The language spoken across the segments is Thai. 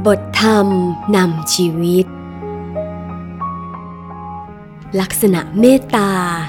บทธรรมนำชีวิตลักษณะเมตตา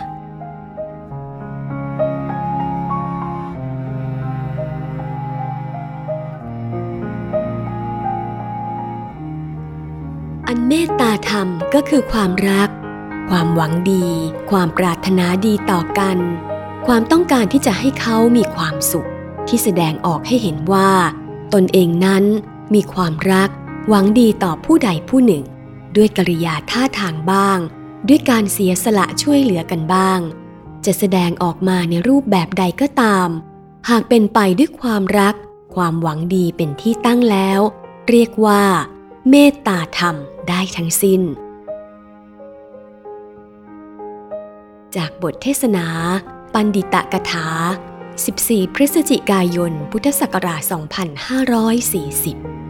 อันเมตตาธรรมก็คือความรักความหวังดีความปรารถนาดีต่อกันความต้องการที่จะให้เขามีความสุขที่แสดงออกให้เห็นว่าตนเองนั้นมีความรักหวังดีต่อผู้ใดผู้หนึ่งด้วยกริยาท่าทางบ้างด้วยการเสียสละช่วยเหลือกันบ้างจะแสดงออกมาในรูปแบบใดก็ตามหากเป็นไปด้วยความรักความหวังดีเป็นที่ตั้งแล้วเรียกว่าเมตตาธรรมได้ทั้งสิ้นจากบทเทศนาปัณฑิตกถา14 พฤศจิกายน พุทธศักราช 2540